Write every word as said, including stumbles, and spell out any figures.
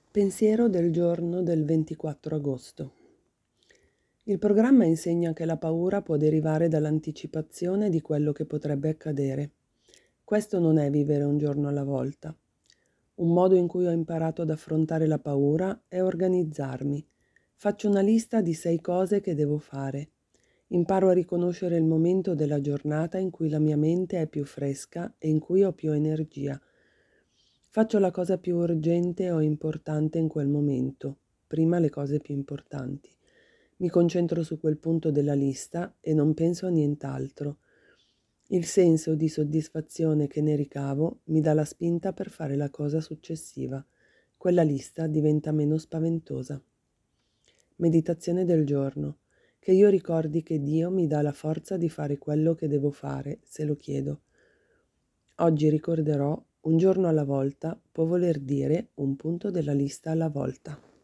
Pensiero del giorno del ventiquattro agosto. Il programma insegna che la paura può derivare dall'anticipazione di quello che potrebbe accadere. Questo non è vivere un giorno alla volta. Un modo in cui ho imparato ad affrontare la paura è organizzarmi. Faccio una lista di sei cose che devo fare. Imparo a riconoscere il momento della giornata in cui la mia mente è più fresca e in cui ho più energia. Faccio la cosa più urgente o importante in quel momento, prima le cose più importanti. Mi concentro su quel punto della lista e non penso a nient'altro. Il senso di soddisfazione che ne ricavo mi dà la spinta per fare la cosa successiva. Quella lista diventa meno spaventosa. Meditazione del giorno. Che io ricordi che Dio mi dà la forza di fare quello che devo fare, se lo chiedo. Oggi ricorderò: un giorno alla volta può voler dire un punto della lista alla volta.